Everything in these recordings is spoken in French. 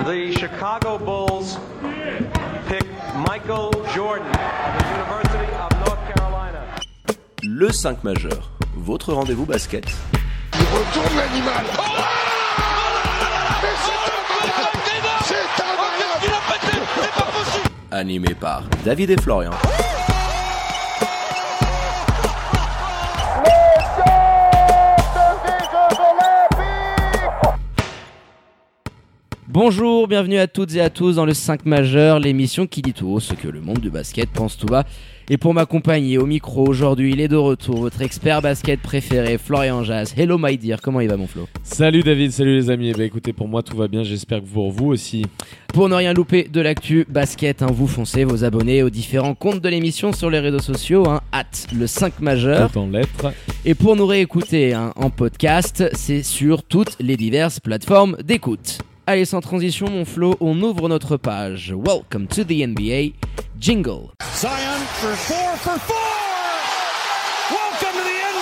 The Chicago Bulls pick Michael Jordan of the University of North Carolina. Le 5 majeur, votre rendez-vous basket. Il retourne l'animal. Oh c'est incroyable. Animé par David et Florian. Bonjour, bienvenue à toutes et à tous dans le 5 majeur, l'émission qui dit tout haut ce que le monde du basket pense tout bas. Et pour m'accompagner au micro aujourd'hui, il est de retour, votre expert basket préféré, Florian Jas. Hello my dear, comment il va mon Flo ? Salut David, salut les amis. Écoutez, pour moi tout va bien, j'espère que pour vous aussi. Pour ne rien louper de l'actu basket, vous foncez vos abonnés aux différents comptes de l'émission sur les réseaux sociaux, @le 5 majeur. Tout en lettres. Et pour nous réécouter en podcast, c'est sur toutes les diverses plateformes d'écoute. Allez, sans transition, mon Flo, on ouvre notre page. Welcome to the NBA. Jingle. Zion for four. Welcome to the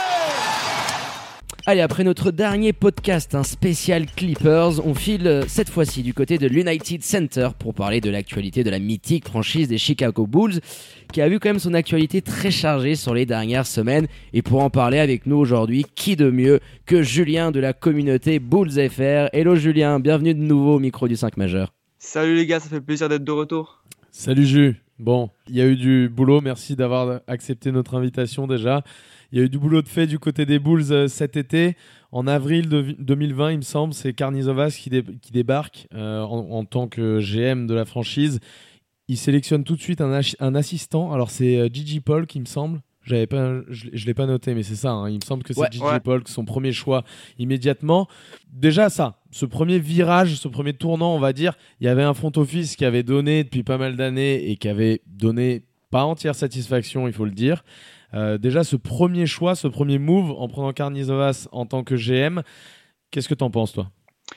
NBA. Allez, après notre dernier podcast, un spécial Clippers, on file cette fois-ci du côté de l'United Center pour parler de l'actualité de la mythique franchise des Chicago Bulls, qui a vu quand même son actualité très chargée sur les dernières semaines. Et pour en parler avec nous aujourd'hui, qui de mieux que Julien de la communauté Bulls FR. Hello Julien, bienvenue de nouveau au micro du 5 majeur. Salut les gars, ça fait plaisir d'être de retour. Salut Jus. Bon, il y a eu du boulot, merci d'avoir accepté notre invitation déjà. Il y a eu du boulot de fait du côté des Bulls cet été. En avril 2020, il me semble, c'est Karnizovas qui débarque en tant que GM de la franchise. Il sélectionne tout de suite un assistant. Alors c'est Gigi Polk, il me semble. Je l'ai pas noté, mais c'est ça. Il me semble que c'est Gigi Polk, son premier choix immédiatement. Déjà ça, ce premier virage, ce premier tournant, on va dire, il y avait un front office qui avait donné depuis pas mal d'années et qui avait donné pas entière satisfaction, il faut le dire. Déjà ce premier choix, ce premier move en prenant Karnizovas en tant que GM, qu'est-ce que t'en penses toi ?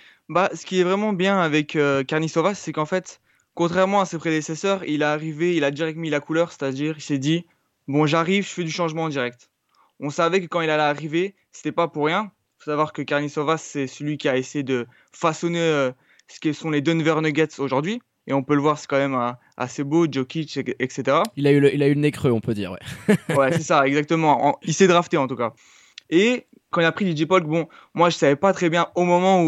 Ce qui est vraiment bien avec Karnizovas, c'est qu'en fait, contrairement à ses prédécesseurs, il est arrivé, il a direct mis la couleur, c'est-à-dire il s'est dit bon, j'arrive, je fais du changement en direct. On savait que quand il allait arriver, c'était pas pour rien. Il faut savoir que Karnizovas, c'est celui qui a essayé de façonner ce que sont les Denver Nuggets aujourd'hui. Et on peut le voir, c'est quand même assez beau, Jokic, etc. Il a eu le nez creux, on peut dire, ouais. Ouais, c'est ça, exactement. Il s'est drafté en tout cas. Et quand il a pris DJ Polk, bon, moi je savais pas très bien au moment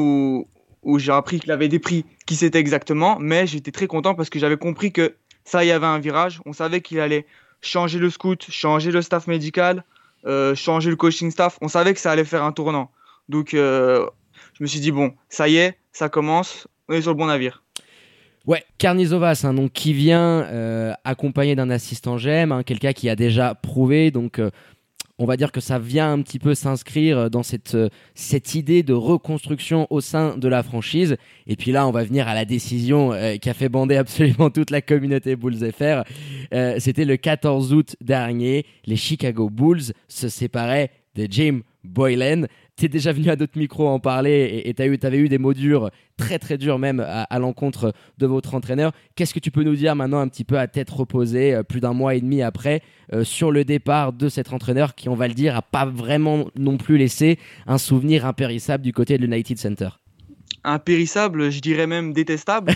où j'ai appris qu'il avait des prix qui c'était exactement, mais j'étais très content parce que j'avais compris que ça, il y avait un virage. On savait qu'il allait changer le scout, changer le staff médical, changer le coaching staff. On savait que ça allait faire un tournant. Donc, je me suis dit, bon, ça y est, ça commence, on est sur le bon navire. Ouais, Karnizovas, donc qui vient accompagné d'un assistant GM, quelqu'un qui a déjà prouvé, donc on va dire que ça vient un petit peu s'inscrire dans cette idée de reconstruction au sein de la franchise. Et puis là, on va venir à la décision qui a fait bander absolument toute la communauté Bulls FR. C'était le 14 août dernier, les Chicago Bulls se séparaient de Jim Boylen. T'es déjà venu à d'autres micros en parler et t'avais eu des mots durs, très très durs même à l'encontre de votre entraîneur. Qu'est-ce que tu peux nous dire maintenant un petit peu à tête reposée, plus d'un mois et demi après, sur le départ de cet entraîneur qui, on va le dire, a pas vraiment non plus laissé un souvenir impérissable du côté de l'United Center? Impérissable, je dirais même détestable.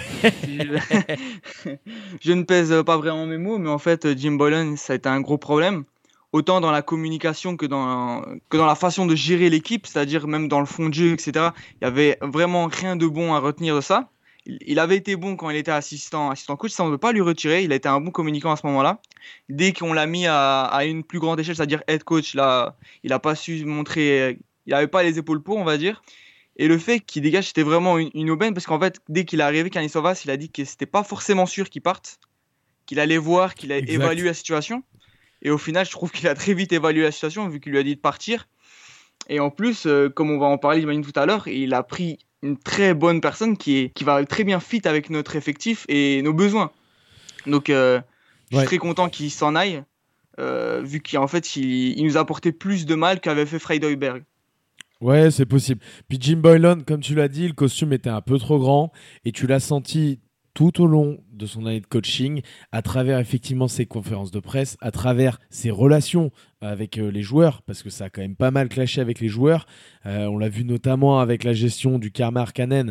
Je ne pèse pas vraiment mes mots, mais en fait, Jim Boylen, ça a été un gros problème. Autant dans la communication que dans la façon de gérer l'équipe, c'est-à-dire même dans le fond de jeu, etc. Il y avait vraiment rien de bon à retenir de ça. Il avait été bon quand il était assistant coach, ça on ne peut pas lui retirer. Il a été un bon communicant à ce moment-là. Dès qu'on l'a mis à une plus grande échelle, c'est-à-dire head coach, là, il n'a pas su montrer, il n'avait pas les épaules pour, on va dire. Et le fait qu'il dégage, c'était vraiment une aubaine, parce qu'en fait, dès qu'il est arrivé, Karnizovas, il a dit que c'était pas forcément sûr qu'il parte, qu'il allait voir, qu'il allait évaluer la situation. Et au final, je trouve qu'il a très vite évalué la situation vu qu'il lui a dit de partir. Et en plus, comme on va en parler, j'imagine, tout à l'heure, il a pris une très bonne personne qui va très bien fit avec notre effectif et nos besoins. Donc, je suis très content qu'il s'en aille, vu qu'en fait, il nous a apporté plus de mal qu'avait fait Fred Hoiberg. Ouais, c'est possible. Puis Jim Boylen, comme tu l'as dit, le costume était un peu trop grand et tu l'as senti tout au long de son année de coaching, à travers effectivement ses conférences de presse, à travers ses relations avec les joueurs, parce que ça a quand même pas mal clashé avec les joueurs. On l'a vu notamment avec la gestion du Karma Arkanen,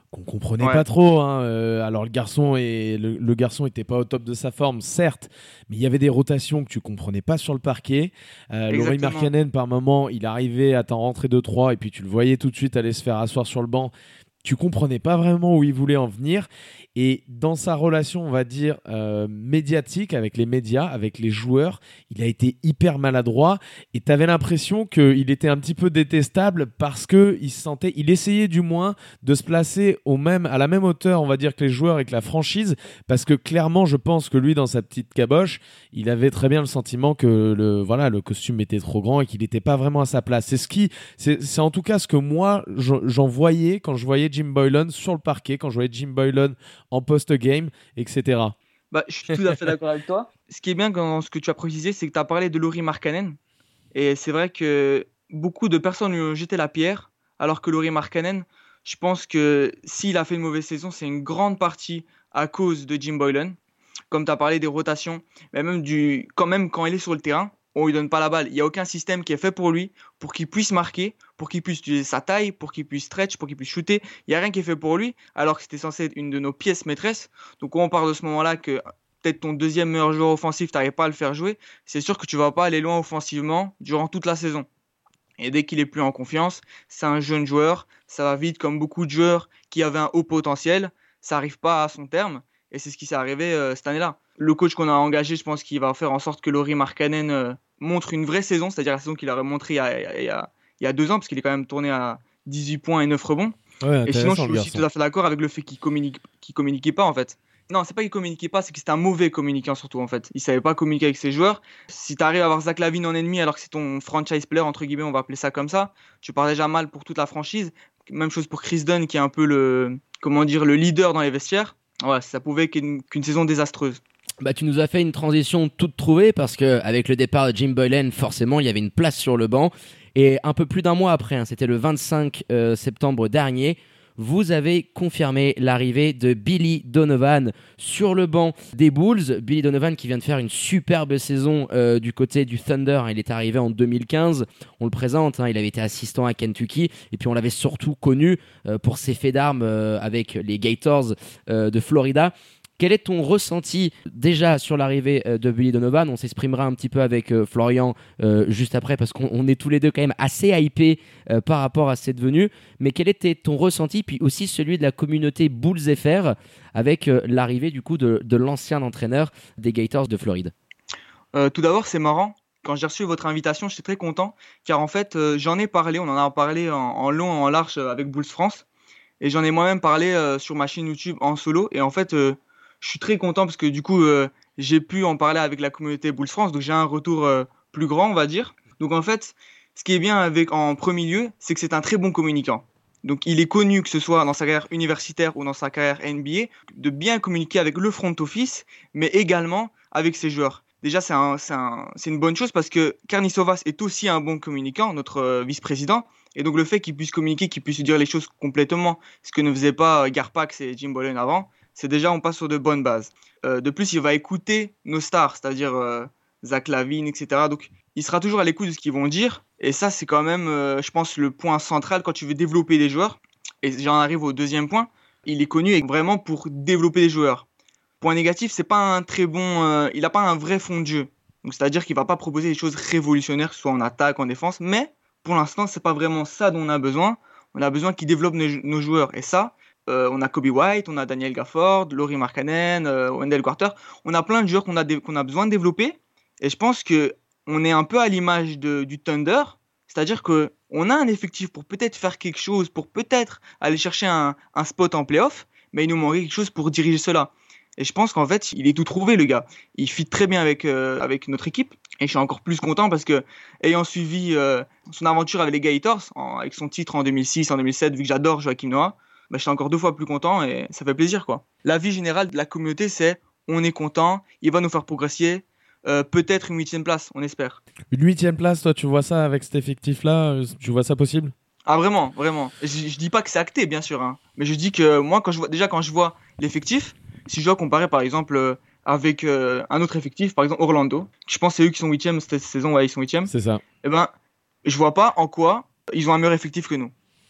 qu'on comprenait Ouais. pas trop. Hein. Alors le garçon était pas au top de sa forme, certes, mais il y avait des rotations que tu comprenais pas sur le parquet. Lauri Exactement. Markkanen, par moment, il arrivait à t'en rentrer 2-3 et puis tu le voyais tout de suite aller se faire asseoir sur le banc. Tu comprenais pas vraiment où il voulait en venir. Et dans sa relation, on va dire, médiatique avec les médias, avec les joueurs, il a été hyper maladroit. Et tu avais l'impression qu'il était un petit peu détestable parce qu'il essayait du moins de se placer à la même hauteur, on va dire, que les joueurs et que la franchise. Parce que clairement, je pense que lui, dans sa petite caboche, il avait très bien le sentiment que le costume était trop grand et qu'il n'était pas vraiment à sa place. C'est en tout cas ce que moi, j'en voyais quand je voyais Jim Boylen sur le parquet, quand je voyais Jim Boylen en post-game, etc. Bah, je suis tout à fait d'accord avec toi. Ce qui est bien dans ce que tu as précisé, c'est que tu as parlé de Lauri Markkanen. Et c'est vrai que beaucoup de personnes lui ont jeté la pierre, alors que Lauri Markkanen, je pense que s'il a fait une mauvaise saison, c'est une grande partie à cause de Jim Boylen. Comme tu as parlé des rotations, mais même quand il est sur le terrain, on lui donne pas la balle. Il n'y a aucun système qui est fait pour lui, pour qu'il puisse marquer, pour qu'il puisse utiliser sa taille, pour qu'il puisse stretch, pour qu'il puisse shooter. Il n'y a rien qui est fait pour lui, alors que c'était censé être une de nos pièces maîtresses. Donc quand on parle de ce moment-là que peut-être ton deuxième meilleur joueur offensif, tu n'arrives pas à le faire jouer, c'est sûr que tu ne vas pas aller loin offensivement durant toute la saison. Et dès qu'il est plus en confiance, c'est un jeune joueur, ça va vite comme beaucoup de joueurs qui avaient un haut potentiel, ça n'arrive pas à son terme. Et c'est ce qui s'est arrivé cette année-là. Le coach qu'on a engagé, je pense qu'il va faire en sorte que Lauri Markkanen montre une vraie saison, c'est-à-dire la saison qu'il aurait montrée il y a 2 ans, parce qu'il est quand même tourné à 18 points et 9 rebonds. Ouais, et sinon, je suis aussi tout à fait d'accord avec le fait qu'il communiquait pas, en fait. Non, c'est pas qu'il communiquait pas, c'est que c'était un mauvais communicant surtout, en fait. Il savait pas communiquer avec ses joueurs. Si tu arrives à avoir Zach LaVine en ennemi alors que c'est ton franchise player, entre guillemets, on va appeler ça comme ça, tu pars déjà mal pour toute la franchise. Même chose pour Chris Dunn, qui est un peu le leader dans les vestiaires. Ouais, ça pouvait qu'une saison désastreuse. Bah, tu nous as fait une transition toute trouvée parce que avec le départ de Jim Boylen, forcément, il y avait une place sur le banc. Et un peu plus d'un mois après, c'était le 25 septembre dernier, vous avez confirmé l'arrivée de Billy Donovan sur le banc des Bulls. Billy Donovan qui vient de faire une superbe saison du côté du Thunder. Il est arrivé en 2015, on le présente, il avait été assistant à Kentucky et puis on l'avait surtout connu pour ses faits d'armes avec les Gators de Florida. Quel est ton ressenti déjà sur l'arrivée de Billy Donovan ? On s'exprimera un petit peu avec Florian juste après parce qu'on est tous les deux quand même assez hypés par rapport à cette venue. Mais quel était ton ressenti, puis aussi celui de la communauté Bulls FR avec l'arrivée du coup de l'ancien entraîneur des Gators de Floride ? Tout d'abord, c'est marrant. Quand j'ai reçu votre invitation, j'étais très content car en fait, j'en ai parlé, on en a parlé en long et en large avec Bulls France et j'en ai moi-même parlé sur ma chaîne YouTube en solo et en fait... je suis très content parce que du coup, j'ai pu en parler avec la communauté Bulls France, donc j'ai un retour plus grand, on va dire. Donc en fait, ce qui est bien en premier lieu, c'est que c'est un très bon communicant. Donc il est connu, que ce soit dans sa carrière universitaire ou dans sa carrière NBA, de bien communiquer avec le front office, mais également avec ses joueurs. Déjà, c'est une bonne chose parce que Karnisovas est aussi un bon communicant, notre vice-président. Et donc le fait qu'il puisse communiquer, qu'il puisse dire les choses complètement, ce que ne faisait pas Garpax et Jim Boylen avant, c'est déjà, on passe sur de bonnes bases. De plus, il va écouter nos stars, c'est-à-dire Zach LaVine, etc. Donc, il sera toujours à l'écoute de ce qu'ils vont dire. Et ça, c'est quand même, je pense, le point central quand tu veux développer des joueurs. Et j'en arrive au deuxième point. Il est connu vraiment pour développer des joueurs. Point négatif, c'est pas un très bon... il n'a pas un vrai fond de jeu. Donc, c'est-à-dire qu'il ne va pas proposer des choses révolutionnaires, que ce soit en attaque, en défense. Mais, pour l'instant, ce n'est pas vraiment ça dont on a besoin. On a besoin qu'ils développent nos joueurs. Et ça... on a Kobe White, on a Daniel Gafford, Lauri Markkanen, Wendell Carter. On a plein de joueurs qu'on a besoin de développer. Et je pense qu'on est un peu à l'image du Thunder. C'est-à-dire qu'on a un effectif pour peut-être faire quelque chose, pour peut-être aller chercher un spot en play-off. Mais il nous manquait quelque chose pour diriger cela. Et je pense qu'en fait, il est tout trouvé, le gars. Il fit très bien avec notre équipe. Et je suis encore plus content parce que, ayant suivi son aventure avec les Gators, avec son titre en 2006, en 2007, vu que j'adore Joakim Noah, je suis encore 2 fois plus content et ça fait plaisir, quoi. L'avis général de la communauté, c'est on est content, il va nous faire progresser, peut-être une 8e place, on espère. Une 8e place, toi, tu vois ça avec cet effectif-là, tu vois ça possible ? Ah, vraiment, vraiment. Je dis pas que c'est acté, bien sûr, hein, mais je dis que moi, quand je vois l'effectif, si je dois comparer par exemple avec un autre effectif, par exemple Orlando, je pense que c'est eux qui sont 8e cette saison, ouais, ils sont 8e. C'est ça. Eh ben, je vois pas en quoi ils ont un meilleur effectif que nous.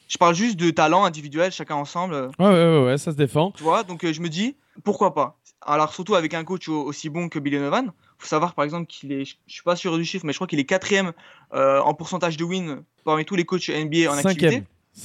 Je parle juste de talent individuel, chacun ensemble. Ouais, ça se défend. Tu vois, donc je me dis, pourquoi pas. Alors surtout avec un coach aussi bon que Bill Donovan. Il faut savoir par exemple qu'il est, je suis pas sûr du chiffre, mais je crois qu'il est 4e en pourcentage de win parmi tous les coachs NBA en activité.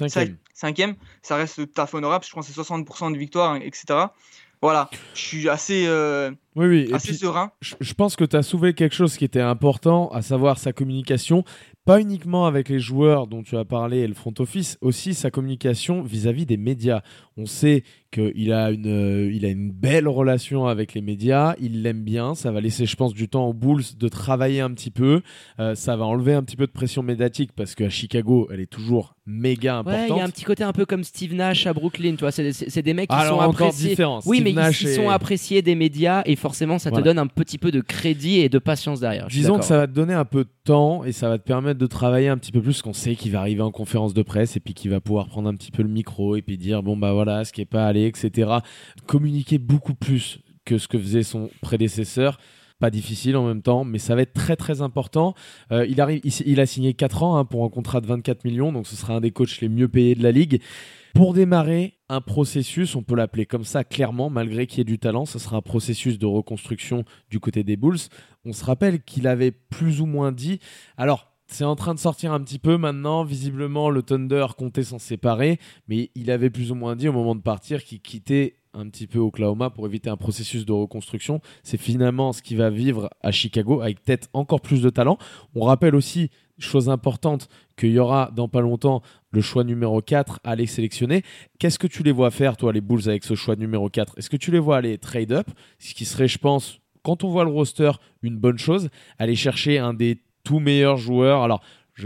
5e. Ça reste tout à fait honorable. Je pense que c'est 60% de victoire, etc. Voilà, je suis assez puis, serein. Je pense que tu as soulevé quelque chose qui était important, à savoir sa communication, pas uniquement avec les joueurs dont tu as parlé et le front office, aussi sa communication vis-à-vis des médias. On sait qu'il a une belle relation avec les médias, il l'aime bien, ça va laisser, je pense, du temps aux Bulls de travailler un petit peu, ça va enlever un petit peu de pression médiatique parce qu'à Chicago, elle est toujours méga importante. Ouais, il y a un petit côté un peu comme Steve Nash à Brooklyn, tu vois, c'est des mecs qui alors, sont encore appréciés. Différent. Oui, Steve mais Nash ils sont appréciés des médias et forcément ça te donne un petit peu de crédit et de patience derrière. Disons que ça va te donner un peu de temps et ça va te permettre de travailler un petit peu plus, qu'on sait qu'il va arriver en conférence de presse et puis qu'il va pouvoir prendre un petit peu le micro et puis dire bon bah voilà ce qui est pas allé, etc. Communiquer beaucoup plus que ce que faisait son prédécesseur. Pas difficile en même temps, mais ça va être très très important. Il a signé 4 ans pour un contrat de 24 millions, donc ce sera un des coachs les mieux payés de la ligue. Pour démarrer un processus, on peut l'appeler comme ça clairement, malgré qu'il y ait du talent, ce sera un processus de reconstruction du côté des Bulls. On se rappelle qu'il avait plus ou moins dit... Alors, c'est en train de sortir un petit peu maintenant, visiblement le Thunder comptait s'en séparer, mais il avait plus ou moins dit au moment de partir qu'il quittait un petit peu Oklahoma pour éviter un processus de reconstruction. C'est finalement ce qu'il va vivre à Chicago avec peut-être encore plus de talent. On rappelle aussi, chose importante, qu'il y aura dans pas longtemps le choix numéro 4 à aller sélectionner. Qu'est-ce que tu les vois faire, toi, les Bulls, avec ce choix numéro 4 ? Est-ce que tu les vois aller trade up, ce qui serait, je pense, quand on voit le roster, une bonne chose, aller chercher un des tout meilleurs joueurs. Alors,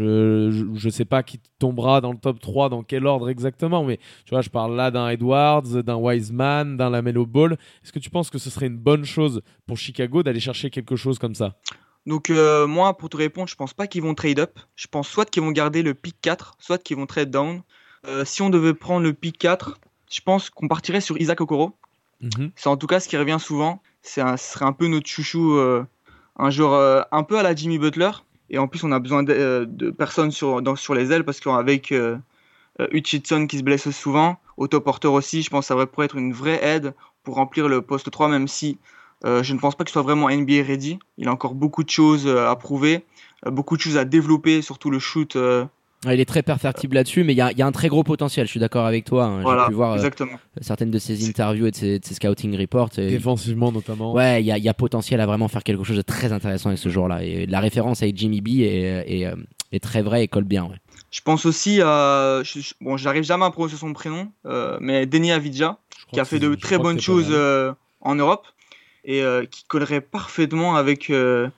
je sais pas qui tombera dans le top 3, dans quel ordre exactement, mais tu vois, je parle là d'un Edwards, d'un Wiseman, d'un LaMelo Ball. Est-ce que tu penses que ce serait une bonne chose pour Chicago d'aller chercher quelque chose comme ça ? Donc moi, pour te répondre, je pense pas qu'ils vont trade up. Je pense soit qu'ils vont garder le pick 4, soit qu'ils vont trade down. Si on devait prendre le pick 4, je pense qu'on partirait sur Isaac Okoro. C'est en tout cas ce qui revient souvent. Ce serait un peu notre chouchou, un joueur un peu à la Jimmy Butler. Et en plus, on a besoin de personnes sur les ailes parce qu'avec Hutchinson qui se blesse souvent, Otto Porter aussi, je pense que ça pourrait être une vraie aide pour remplir le poste 3, même si je ne pense pas qu'il soit vraiment NBA ready. Il a encore beaucoup de choses à prouver, beaucoup de choses à développer, surtout le shoot. Il est très perfectible là-dessus, mais il y a un très gros potentiel, je suis d'accord avec toi. Voilà, j'ai pu voir certaines de ses interviews et de ses scouting reports. Défensivement notamment. Ouais, il y a potentiel à vraiment faire quelque chose de très intéressant avec ce joueur-là. Et la référence avec Jimmy B est très vraie et colle bien. Ouais. Je pense aussi à... Bon, j'arrive jamais à prononcer son prénom, mais Deni Avdija, qui a fait de très bonnes choses en Europe et qui collerait parfaitement avec...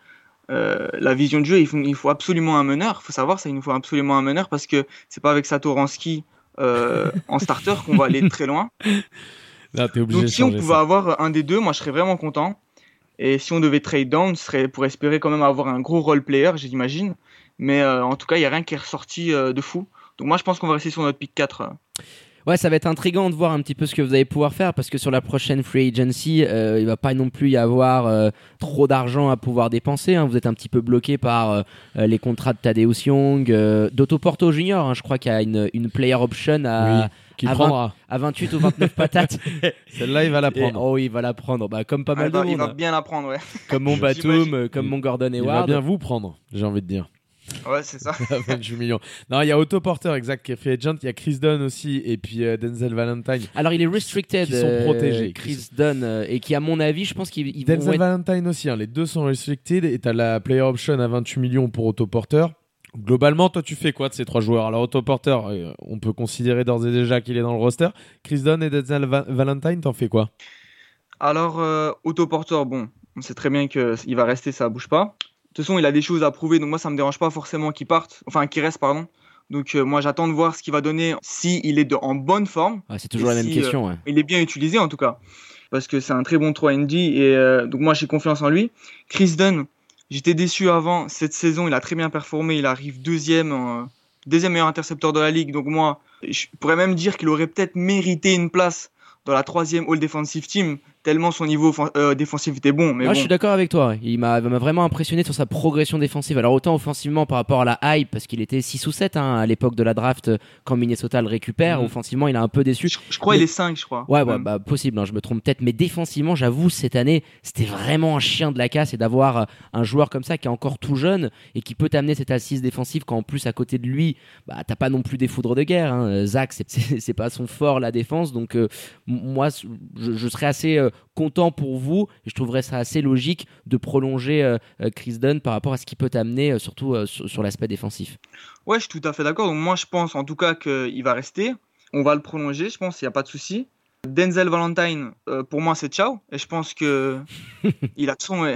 la vision de jeu. Il faut absolument un meneur. Il faut savoir ça, il nous faut absolument un meneur parce que c'est pas avec Satoransky en starter qu'on va aller très loin. Là, t'es obligé. Donc si on pouvait avoir un des deux, moi je serais vraiment content. Et si on devait trade down, ce serait pour espérer quand même avoir un gros role player, j'imagine. Mais en tout cas, il n'y a rien qui est ressorti de fou. Donc moi je pense qu'on va rester sur notre pick 4. Ouais, ça va être intriguant de voir un petit peu ce que vous allez pouvoir faire parce que sur la prochaine free agency, il va pas non plus y avoir trop d'argent à pouvoir dépenser. Vous êtes un petit peu bloqué par les contrats de Thaddeus Young, d'Otto Porto Jr. Je crois qu'il y a une player option à 28 ou 29 patates. Celle-là, il va la prendre. Il va la prendre. Comme pas mal de monde. Il va bien la prendre, ouais. Comme mon Batum, comme mon Gordon Hayward. Il va bien vous prendre, j'ai envie de dire. Ouais, c'est ça. 28 millions. Non, il y a Otto Porter, exact, qui est free agent. Il y a Chris Dunn aussi, et puis Denzel Valentine. Alors, il est restricted. Qui sont protégés. Chris Dunn, et qui, à mon avis, je pense qu'ils vont Denzel Valentine aussi, les deux sont restricted. Et tu as la player option à 28 millions pour Otto Porter. Globalement, toi, tu fais quoi de ces 3 joueurs ? Alors, Otto Porter, on peut considérer d'ores et déjà qu'il est dans le roster. Chris Dunn et Denzel Valentine, t'en fais quoi ? Alors, Otto Porter, bon, on sait très bien qu'il va rester, ça bouge pas. De toute façon, il a des choses à prouver, donc moi, ça me dérange pas forcément qu'il reste, pardon. Donc, moi, j'attends de voir ce qu'il va donner s'il est en bonne forme. C'est toujours la même question. Ouais. Il est bien utilisé, en tout cas, parce que c'est un très bon 3&D, et donc moi, j'ai confiance en lui. Chris Dunn, j'étais déçu avant. Cette saison, il a très bien performé. Il arrive deuxième meilleur intercepteur de la ligue. Donc, moi, je pourrais même dire qu'il aurait peut-être mérité une place dans la 3e All Defensive Team tellement son niveau défensif était bon. Mais Moi, bon. je suis d'accord avec toi. Il m'a vraiment impressionné sur sa progression défensive. Alors, autant offensivement par rapport à la hype, parce qu'il était 6 ou 7 à l'époque de la draft quand Minnesota le récupère. Offensivement, il a un peu déçu. Je crois qu'il est 5, je crois. Ouais, bah, possible, hein, je me trompe peut-être. Mais défensivement, j'avoue, cette année, c'était vraiment un chien de la casse. Et d'avoir un joueur comme ça qui est encore tout jeune et qui peut t'amener cette assise défensive quand en plus, à côté de lui, bah, t'as pas non plus des foudres de guerre. Hein. Zach, c'est pas son fort, la défense. Donc, moi, je serais assez content pour vous et je trouverais ça assez logique de prolonger Chris Dunn par rapport à ce qu'il peut t'amener, surtout sur l'aspect défensif. Ouais, je suis tout à fait d'accord. Donc moi, je pense en tout cas qu'il va rester. On va le prolonger, je pense, il n'y a pas de souci. Denzel Valentine, pour moi, c'est ciao. Et je pense que il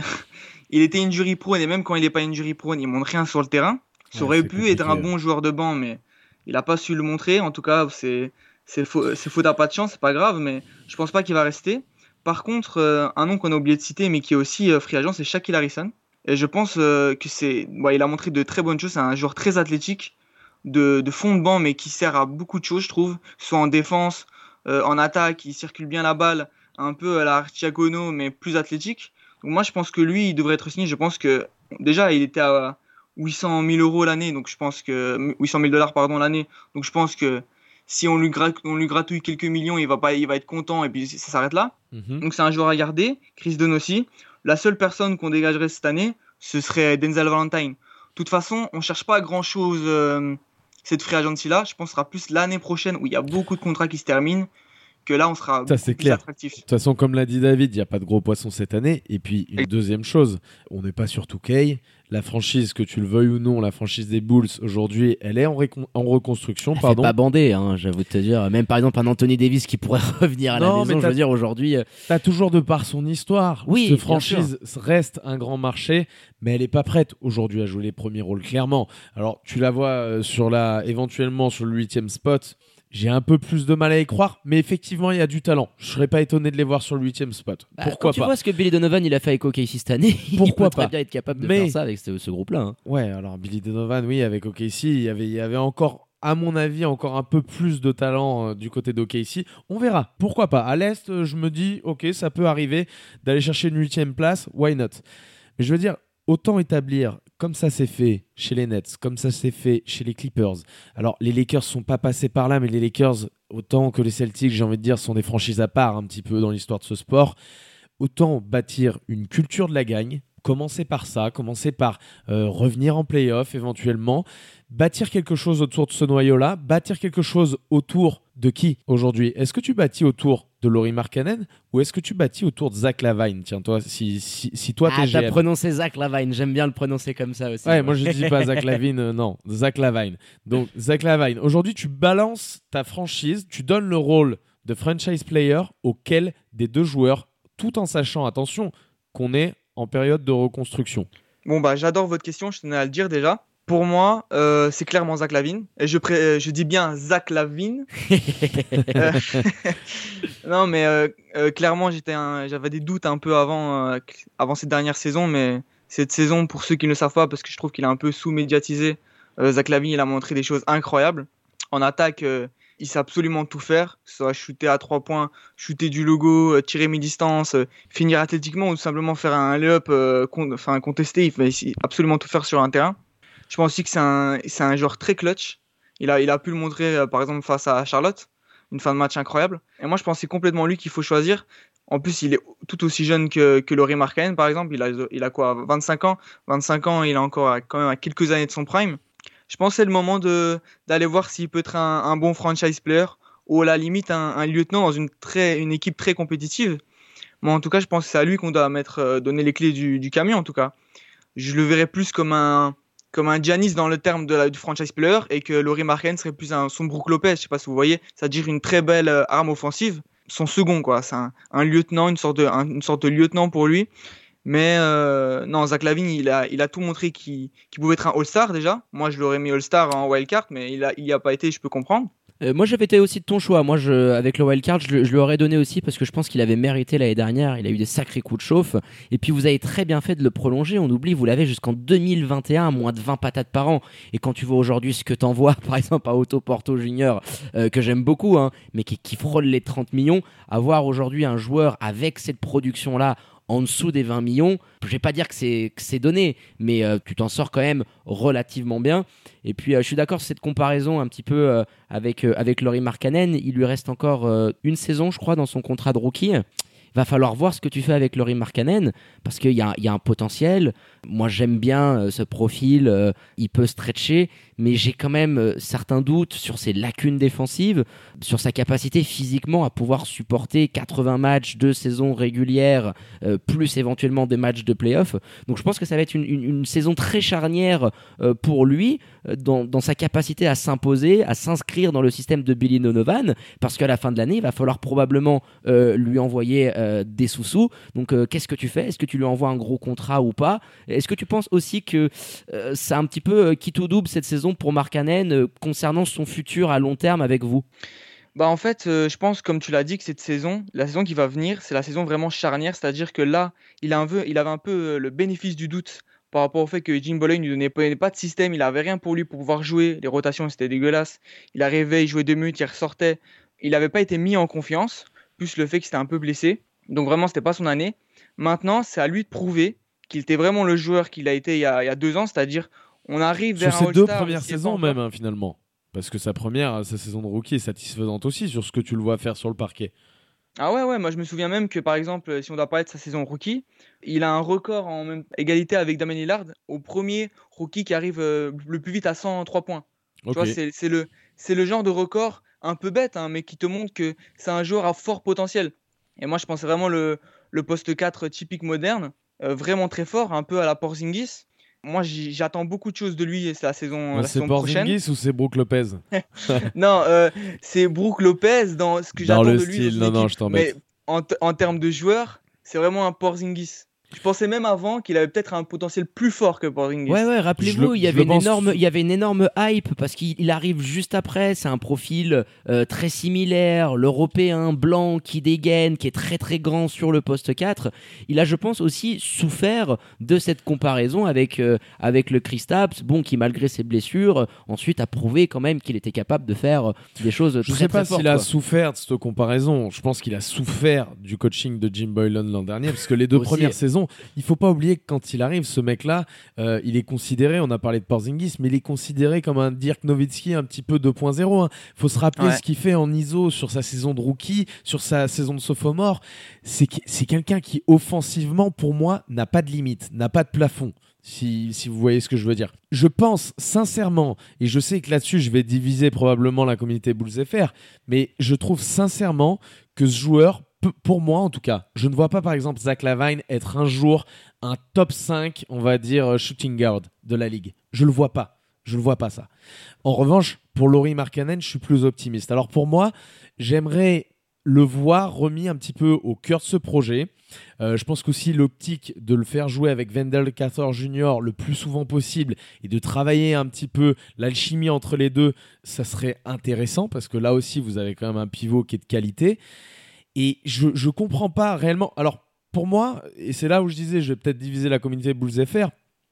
était injury prone et même quand il n'est pas injury prone, il montre rien sur le terrain. Ça aurait pu être un bon joueur de banc, mais il n'a pas su le montrer. En tout cas, c'est faute à pas de chance, c'est pas grave, mais je pense pas qu'il va rester. Par contre, un nom qu'on a oublié de citer, mais qui est aussi free agent, c'est Shaquille Harrison. Et je pense que il a montré de très bonnes choses. C'est un joueur très athlétique, de fond de banc, mais qui sert à beaucoup de choses, je trouve. Soit en défense, en attaque, il circule bien la balle, un peu à la Archiagono, mais plus athlétique. Donc moi, je pense que lui, il devrait être signé. Je pense que déjà, il était à 800 000 euros l'année, donc je pense que 800 000 $, pardon, l'année. Donc je pense que si on lui gratouille quelques millions, il va être content et puis ça s'arrête là. Donc c'est un joueur à garder. Chris Dunn aussi. La seule personne qu'on dégagerait cette année, ce serait Denzel Valentine. De toute façon, on cherche pas grand chose cette free agency là. Je pense que ce sera plus l'année prochaine où il y a beaucoup de contrats qui se terminent que là on sera plus attractif. De toute façon, comme l'a dit David, il n'y a pas de gros poissons cette année. Et puis une deuxième chose, on n'est pas sur 2K. La franchise, que tu le veuilles ou non, la franchise des Bulls aujourd'hui, elle est en reconstruction. Elle fait pas bander, hein, j'avoue te dire. Même par exemple un Anthony Davis qui pourrait revenir à la maison. Je veux dire aujourd'hui. T'as toujours de par son histoire. Oui, cette franchise reste un grand marché, mais elle est pas prête aujourd'hui à jouer les premiers rôles clairement. Alors tu la vois éventuellement sur le 8e spot. J'ai un peu plus de mal à y croire, mais effectivement, il y a du talent. Je serais pas étonné de les voir sur le 8e spot. Pourquoi pas ? Tu vois ce que Billy Donovan il a fait avec OKC cette année. Pourquoi il peut très bien être capable de faire ça avec ce groupe-là. Hein. Ouais, alors Billy Donovan, oui, avec OKC, il y avait encore, à mon avis, encore un peu plus de talent du côté d'OKC. On verra. Pourquoi pas ? À l'Est, je me dis, ok, ça peut arriver d'aller chercher une 8e place. Why not ? Mais je veux dire, autant établir, comme ça s'est fait chez les Nets, comme ça s'est fait chez les Clippers. Alors, les Lakers sont pas passés par là, mais les Lakers, autant que les Celtics, j'ai envie de dire, sont des franchises à part un petit peu dans l'histoire de ce sport. Autant bâtir une culture de la gagne, commencer par ça, commencer par revenir en play-off éventuellement, bâtir quelque chose autour de ce noyau-là, bâtir quelque chose autour de qui aujourd'hui ? Est-ce que tu bâtis autour de Lauri Markkanen ou est-ce que tu bâtis autour de Zach LaVine ? Tiens, toi, si toi t'es GM. T'as prononcé Zach LaVine, j'aime bien le prononcer comme ça aussi. Ouais, moi je dis pas Zach LaVine, non, Zach LaVine. Donc Zach LaVine, aujourd'hui tu balances ta franchise, tu donnes le rôle de franchise player auquel des deux joueurs, tout en sachant, attention, qu'on est en période de reconstruction. Bon bah j'adore votre question, je tenais à le dire déjà. Pour moi, c'est clairement Zach LaVine. Et je dis bien Zach LaVine. Non, mais clairement, j'avais des doutes un peu avant cette dernière saison. Mais cette saison, pour ceux qui ne le savent pas, parce que je trouve qu'il est un peu sous-médiatisé, Zach LaVine, il a montré des choses incroyables. En attaque, il sait absolument tout faire. Que ce soit shooter à 3 points, shooter du logo, tirer mi-distance, finir athlétiquement ou tout simplement faire un lay-up contesté. Il sait absolument tout faire sur un terrain. Je pense aussi que c'est un joueur très clutch. Il a pu le montrer, par exemple, face à Charlotte. Une fin de match incroyable. Et moi, je pense que c'est complètement lui qu'il faut choisir. En plus, il est tout aussi jeune que Lauri Markkanen, par exemple. Il a quoi, 25 ans 25 ans, il a encore quand même à quelques années de son prime. Je pense que c'est le moment d'aller voir s'il peut être un bon franchise player ou à la limite un lieutenant dans une équipe très compétitive. Moi, en tout cas, je pense que c'est à lui qu'on doit donner les clés du camion, en tout cas. Je le verrais plus comme un Giannis dans le terme du franchise player et que Lauri Markkanen serait plus son Brook Lopez, je sais pas si vous voyez, c'est-à-dire une très belle arme offensive, son second quoi, c'est un lieutenant, une sorte de lieutenant pour lui. Mais non, Zach LaVine, il a tout montré qu'il pouvait être un All-Star déjà. Moi, je l'aurais mis All-Star en wildcard, mais il y a pas été, je peux comprendre. Moi, j'avais été aussi de ton choix. Moi, avec le wildcard, je lui aurais donné aussi parce que je pense qu'il avait mérité l'année dernière. Il a eu des sacrés coups de chauffe. Et puis, vous avez très bien fait de le prolonger. On oublie, vous l'avez jusqu'en 2021, à moins de 20 patates par an. Et quand tu vois aujourd'hui ce que t'envoies, par exemple, à Otto Porto Junior, que j'aime beaucoup, hein, mais qui frôle les 30 millions, avoir aujourd'hui un joueur avec cette production-là, en dessous des 20 millions, je vais pas dire que c'est donné, mais tu t'en sors quand même relativement bien. Et puis je suis d'accord sur cette comparaison un petit peu avec Lauri Markkanen. Il lui reste encore une saison, je crois, dans son contrat de rookie. Va falloir voir ce que tu fais avec Lauri Markkanen parce qu'il y a un potentiel. Moi, j'aime bien ce profil. Il peut stretcher, mais j'ai quand même certains doutes sur ses lacunes défensives, sur sa capacité physiquement à pouvoir supporter 80 matchs de saison régulière, plus éventuellement des matchs de play-off. Donc, je pense que ça va être une saison très charnière pour lui dans sa capacité à s'imposer, à s'inscrire dans le système de Billy Donovan, parce qu'à la fin de l'année, il va falloir probablement lui envoyer des sous-sous. Donc, qu'est-ce que tu fais ? Est-ce que tu lui envoies un gros contrat ou pas ? Est-ce que tu penses aussi que c'est un petit peu quitte ou double cette saison pour Markkanen concernant son futur à long terme avec vous ? Bah en fait, je pense, comme tu l'as dit, que la saison qui va venir, c'est la saison vraiment charnière. C'est-à-dire que là, il avait un peu le bénéfice du doute par rapport au fait que Jim Boylen ne lui donnait pas de système. Il n'avait rien pour lui pour pouvoir jouer. Les rotations, c'était dégueulasse. Il arrivait, il jouait 2 minutes, il ressortait. Il n'avait pas été mis en confiance, plus le fait qu'il s'était un peu blessé. Donc vraiment, c'était pas son année. Maintenant, c'est à lui de prouver qu'il était vraiment le joueur qu'il a été il y a 2 ans, c'est-à-dire on arrive vers sur un ses All-Star. 2 premières saisons même, hein, finalement. Parce que sa saison de rookie est satisfaisante aussi sur ce que tu le vois faire sur le parquet. Ah ouais, moi je me souviens même que par exemple, si on doit parler de sa saison rookie, il a un record en même égalité avec Damian Lillard au premier rookie qui arrive le plus vite à 103 points. Okay. Tu vois, c'est le genre de record un peu bête, hein, mais qui te montre que c'est un joueur à fort potentiel. Et moi je pense vraiment le poste 4 typique moderne, vraiment très fort, un peu à la Porzingis. Moi, j'attends beaucoup de choses de lui la saison prochaine. C'est Porzingis ou c'est Brook Lopez? Non, c'est Brook Lopez dans ce que j'attends de lui. Style, non, je t'embête. Mais en termes de joueur, c'est vraiment un Porzingis. Je pensais même avant qu'il avait peut-être un potentiel plus fort que Porzingis. Ouais, rappelez-vous, il y avait une énorme hype parce qu'il arrive juste après. C'est un profil très similaire, l'Européen blanc qui dégaine, qui est très très grand sur le poste 4. Il a, je pense, aussi souffert de cette comparaison avec le Kristaps, qui malgré ses blessures, ensuite a prouvé quand même qu'il était capable de faire des choses très, très fortes. Je sais pas s'il a souffert de cette comparaison. Je pense qu'il a souffert du coaching de Jim Boylen l'an dernier parce que les 2 premières saisons, il faut pas oublier que quand il arrive, ce mec-là, il est considéré, on a parlé de Porzingis, mais il est considéré comme un Dirk Nowitzki un petit peu 2.0. Faut se rappeler ce qu'il fait en ISO sur sa saison de rookie, sur sa saison de sophomore. C'est quelqu'un qui, offensivement, pour moi, n'a pas de limite, n'a pas de plafond. Si vous voyez ce que je veux dire. Je pense sincèrement, et je sais que là-dessus, je vais diviser probablement la communauté Bulls FR, mais je trouve sincèrement que ce joueur, pour moi en tout cas, je ne vois pas par exemple Zach LaVine être un jour un top 5, on va dire, shooting guard de la ligue. Je le vois pas ça. En revanche, pour Lauri Markkanen, je suis plus optimiste. Alors pour moi, j'aimerais le voir remis un petit peu au cœur de ce projet. Je pense qu'aussi l'optique de le faire jouer avec Wendell Carter Jr. le plus souvent possible et de travailler un petit peu l'alchimie entre les deux, ça serait intéressant parce que là aussi, vous avez quand même un pivot qui est de qualité. Et je comprends pas réellement. Alors, pour moi, et c'est là où je disais, je vais peut-être diviser la communauté Bulls FR.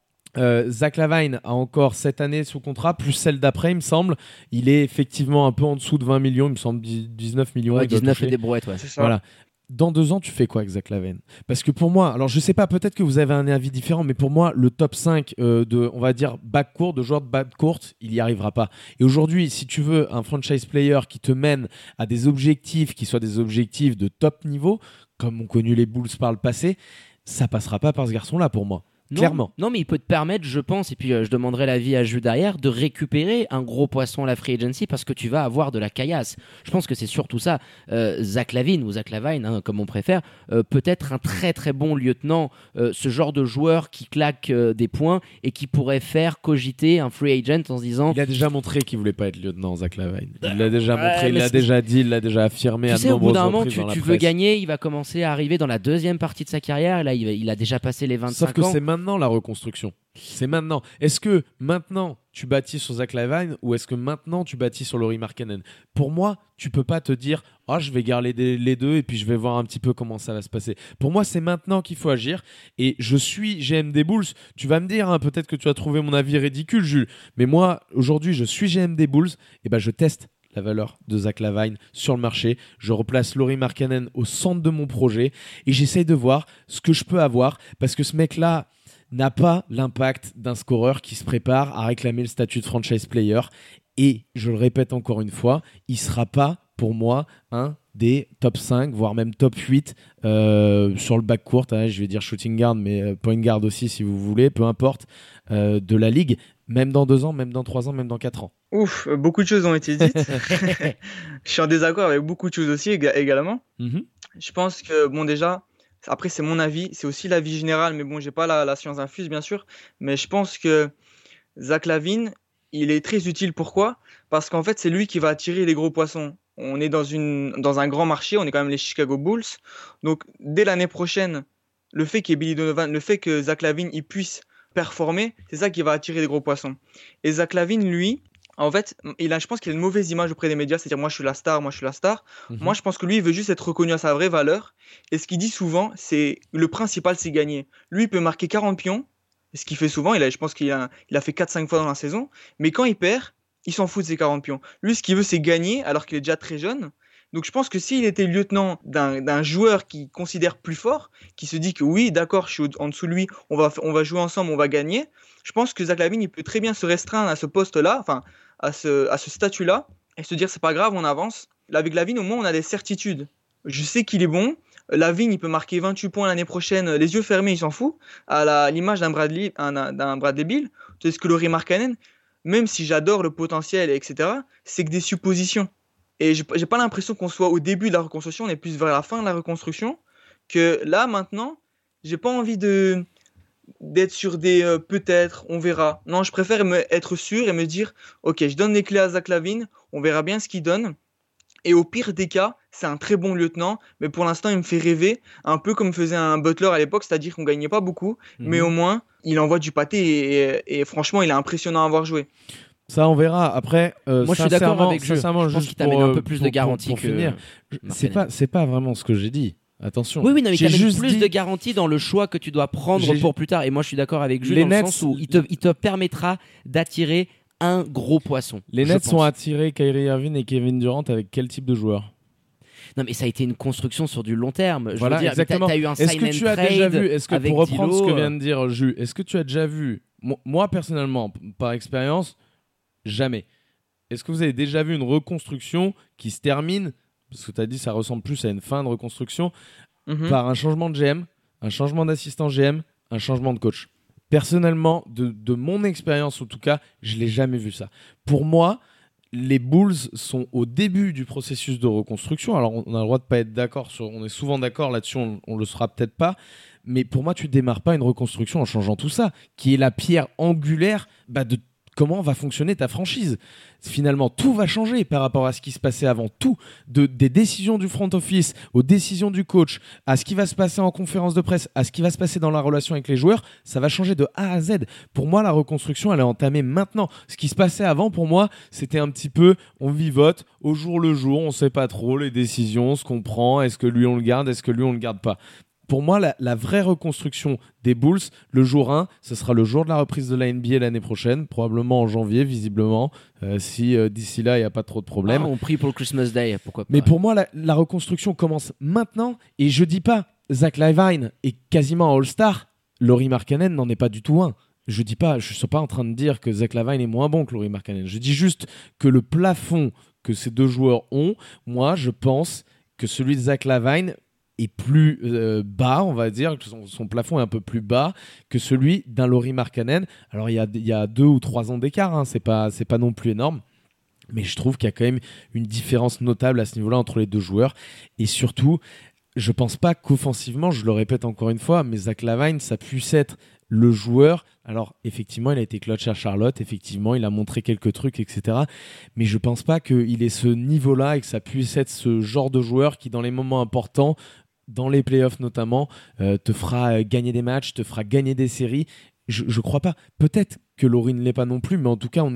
Zach LaVine a encore cette année sous contrat, plus celle d'après, il me semble. Il est effectivement un peu en dessous de 20 millions, il me semble 19 millions. Ouais, 19 et des brouettes, ouais. C'est ça. Voilà. Dans 2 ans, tu fais quoi avec Zach LaVine ? Parce que pour moi, alors je sais pas, peut-être que vous avez un avis différent, mais pour moi, le top 5 de, on va dire, backcourt, de joueurs de backcourt, il y arrivera pas. Et aujourd'hui, si tu veux un franchise player qui te mène à des objectifs qui soient des objectifs de top niveau, comme ont connu les Bulls par le passé, ça passera pas par ce garçon-là pour moi. Clairement. Non, mais il peut te permettre, je pense, et puis je demanderai l'avis à Jules derrière, de récupérer un gros poisson à la free agency parce que tu vas avoir de la caillasse. Je pense que c'est surtout ça. Zach LaVine ou Zach LaVine, hein, comme on préfère, peut être un très très bon lieutenant, ce genre de joueur qui claque des points et qui pourrait faire cogiter un free agent en se disant... Il a déjà montré qu'il voulait pas être lieutenant, Zach LaVine. Il l'a déjà montré, il l'a déjà dit, il l'a déjà affirmé à de nombreuses reprises. Au bout d'un moment, tu veux gagner, il va commencer à arriver dans la deuxième partie de sa carrière. Et là, il a déjà passé les 25 ans. Sauf que c'est maintenant maintenant la reconstruction. C'est maintenant. Est-ce que maintenant tu bâtis sur Zach LaVine ou est-ce que maintenant tu bâtis sur Lauri Markkanen ? Pour moi, tu peux pas te dire je vais garder les deux et puis je vais voir un petit peu comment ça va se passer. Pour moi, c'est maintenant qu'il faut agir et je suis GM des Bulls. Tu vas me dire, peut-être que tu as trouvé mon avis ridicule, Jules, mais moi, aujourd'hui, je suis GM des Bulls et je teste la valeur de Zach LaVine sur le marché. Je replace Lauri Markkanen au centre de mon projet et j'essaye de voir ce que je peux avoir parce que ce mec-là n'a pas l'impact d'un scoreur qui se prépare à réclamer le statut de franchise player. Et je le répète encore une fois, il ne sera pas, pour moi, un des top 5, voire même top 8 sur le backcourt. Je vais dire shooting guard, mais point guard aussi si vous voulez, peu importe, de la ligue, même dans 2 ans, même dans 3 ans, même dans 4 ans. Ouf, beaucoup de choses ont été dites. Je suis en désaccord avec beaucoup de choses aussi également. Mm-hmm. Je pense que, déjà, après c'est mon avis, c'est aussi l'avis général, mais j'ai pas la science infuse bien sûr, mais je pense que Zach LaVine, il est très utile. Pourquoi ? Parce qu'en fait c'est lui qui va attirer les gros poissons. On est dans un grand marché, on est quand même les Chicago Bulls, donc dès l'année prochaine, le fait qu'il y ait Billy Donovan, le fait que Zach LaVine il puisse performer, c'est ça qui va attirer les gros poissons. Et Zach LaVine, lui, en fait, je pense qu'il a une mauvaise image auprès des médias, c'est-à-dire moi je suis la star. Mm-hmm. Moi je pense que lui il veut juste être reconnu à sa vraie valeur. Et ce qu'il dit souvent, c'est le principal c'est gagner. Lui il peut marquer 40 pions, ce qu'il fait souvent, je pense qu'il a fait 4-5 fois dans la saison, mais quand il perd, il s'en fout de ses 40 pions. Lui ce qu'il veut c'est gagner alors qu'il est déjà très jeune. Donc je pense que s'il était lieutenant d'un joueur qui considère plus fort, qui se dit que oui d'accord je suis en dessous de lui, on va jouer ensemble, on va gagner, je pense que Zach LaVine il peut très bien se restreindre à ce poste-là, enfin à ce statut-là, et se dire c'est pas grave, on avance. Avec LaVine, au moins on a des certitudes. Je sais qu'il est bon. LaVine, il peut marquer 28 points l'année prochaine, les yeux fermés, il s'en fout. À l'image d'un Bradley Beal, c'est ce que Lauri Markkanen, même si j'adore le potentiel, etc., c'est que des suppositions. Et j'ai pas l'impression qu'on soit au début de la reconstruction, on est plus vers la fin de la reconstruction, que là, maintenant, j'ai pas envie d'être sur des peut-être, on verra. Non, je préfère être sûr et me dire ok, je donne les clés à Zach LaVine, on verra bien ce qu'il donne. Et au pire des cas, c'est un très bon lieutenant, mais pour l'instant, il me fait rêver, un peu comme faisait un Butler à l'époque, c'est-à-dire qu'on gagnait pas beaucoup, mais au moins, il envoie du pâté et franchement, il est impressionnant à avoir joué. Ça, on verra. Après, moi, je suis d'accord avec Jules. Je pense qu'il t'amène un peu plus de garantie pour que finir. C'est pas vraiment ce que j'ai dit. Attention. Oui, non, mais t'amènes plus de garantie dans le choix que tu dois prendre pour plus tard. Et moi, je suis d'accord avec Jules dans le sens où il te permettra d'attirer un gros poisson. Les Nets sont attirés Kyrie Irving et Kevin Durant avec quel type de joueur ? Non, mais ça a été une construction sur du long terme. Voilà, je veux dire, exactement. T'as eu un sign and trade. Est-ce que tu as déjà vu, pour reprendre Dilo, ce que vient de dire Jules, est-ce que tu as déjà vu, moi personnellement, par expérience, jamais. Est-ce que vous avez déjà vu une reconstruction qui se termine, parce que tu as dit ça ressemble plus à une fin de reconstruction, par un changement de GM, un changement d'assistant GM, un changement de coach ? Personnellement, de mon expérience en tout cas, je ne l'ai jamais vu ça. Pour moi, les Bulls sont au début du processus de reconstruction. Alors, on a le droit de ne pas être d'accord, on est souvent d'accord là-dessus, on ne le sera peut-être pas. Mais pour moi, tu ne démarres pas une reconstruction en changeant tout ça, qui est la pierre angulaire de comment va fonctionner ta franchise. Finalement, tout va changer par rapport à ce qui se passait avant. Tout, des décisions du front office, aux décisions du coach, à ce qui va se passer en conférence de presse, à ce qui va se passer dans la relation avec les joueurs, ça va changer de A à Z. Pour moi, la reconstruction, elle est entamée maintenant. Ce qui se passait avant, pour moi, c'était un petit peu, on vivote au jour le jour, on ne sait pas trop les décisions, ce qu'on prend, est-ce que lui on le garde, est-ce que lui on le garde pas. Pour moi, la vraie reconstruction des Bulls, le jour 1, ce sera le jour de la reprise de la NBA l'année prochaine, probablement en janvier, visiblement, si d'ici là, il n'y a pas trop de problèmes. On prie pour le Christmas Day, pourquoi pas. Mais pour moi, la reconstruction commence maintenant, et je ne dis pas, Zach LaVine est quasiment un All-Star, Lauri Markkanen n'en est pas du tout un. Je ne suis pas en train de dire que Zach LaVine est moins bon que Lauri Markkanen. Je dis juste que le plafond que ces deux joueurs ont, moi, je pense que celui de Zach LaVine est plus bas, on va dire, son plafond est un peu plus bas que celui d'un Lauri Markkanen. Alors il y a 2 ou 3 ans d'écart, c'est pas non plus énorme, mais je trouve qu'il y a quand même une différence notable à ce niveau-là entre les deux joueurs. Et surtout, je pense pas qu'offensivement, je le répète encore une fois, mais Zach LaVine, ça puisse être le joueur. Alors effectivement, il a été clutch à Charlotte, effectivement, il a montré quelques trucs, etc. Mais je pense pas qu'il ait ce niveau-là et que ça puisse être ce genre de joueur qui, dans les moments importants, dans les playoffs notamment, te fera gagner des matchs, te fera gagner des séries. Je crois pas. Peut-être que Laurie ne l'est pas non plus, mais en tout cas, on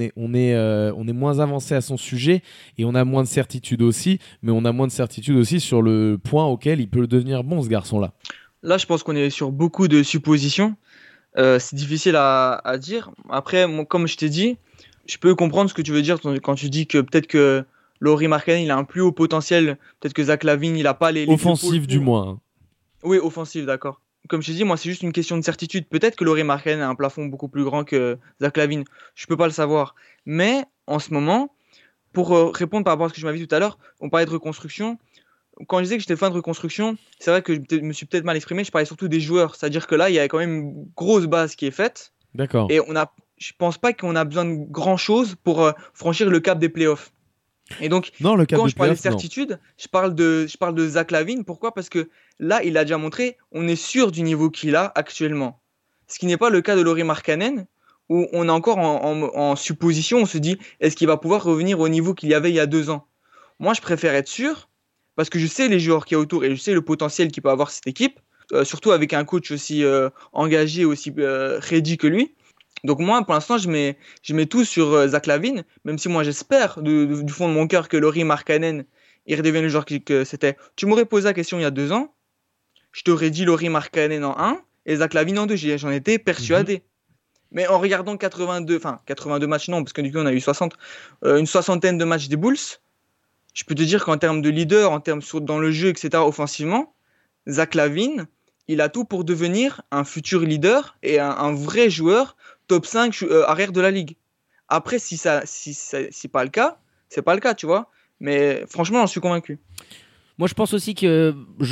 est moins avancé à son sujet et on a moins de certitude aussi. Mais on a moins de certitude aussi sur le point auquel il peut devenir bon, ce garçon-là. Là, je pense qu'on est sur beaucoup de suppositions. C'est difficile à dire. Après, moi, comme je t'ai dit, je peux comprendre ce que tu veux dire quand tu dis que peut-être que Lauri Markkanen, il a un plus haut potentiel. Peut-être que Zach LaVine, il a pas les offensif du moins. Hein. Oui, offensif, d'accord. Comme je t'ai dit, moi, c'est juste une question de certitude. Peut-être que Lauri Markkanen a un plafond beaucoup plus grand que Zach LaVine. Je peux pas le savoir. Mais en ce moment, pour répondre par rapport à ce que je m'avais dit tout à l'heure, on parlait de reconstruction. Quand je disais que j'étais fan de reconstruction, c'est vrai que je me suis peut-être mal exprimé. Je parlais surtout des joueurs. C'est-à-dire que là, il y a quand même une grosse base qui est faite. D'accord. Et je pense pas qu'on a besoin de grand-chose pour franchir le cap des playoffs. Et donc, quand je parle de certitude, je parle de Zach LaVine. Pourquoi ? Parce que là, il a déjà montré, on est sûr du niveau qu'il a actuellement. Ce qui n'est pas le cas de Lauri Markkanen, où on est encore en supposition. On se dit, est-ce qu'il va pouvoir revenir au niveau qu'il y avait il y a 2 ans ? Moi, je préfère être sûr, parce que je sais les joueurs qu'il y a autour et je sais le potentiel qu'il peut avoir cette équipe, surtout avec un coach aussi engagé, aussi ready que lui. Donc moi, pour l'instant, je mets tout sur Zach LaVine, même si moi j'espère du fond de mon cœur que Lauri Markkanen il redevienne le joueur que c'était. Tu m'aurais posé la question il y a 2 ans, je t'aurais dit Lauri Markkanen en 1 et Zach LaVine en 2, j'en étais persuadé. Mais en regardant 82 matchs, non, parce que du coup on a eu 60, une soixantaine de matchs des Bulls, je peux te dire qu'en termes de leader, en termes dans le jeu, etc., offensivement, Zach LaVine, il a tout pour devenir un futur leader et un vrai joueur top 5 arrière de la ligue. Après, si c'est pas le cas, c'est pas le cas, tu vois. Mais franchement, j'en suis convaincu. Moi, je pense aussi que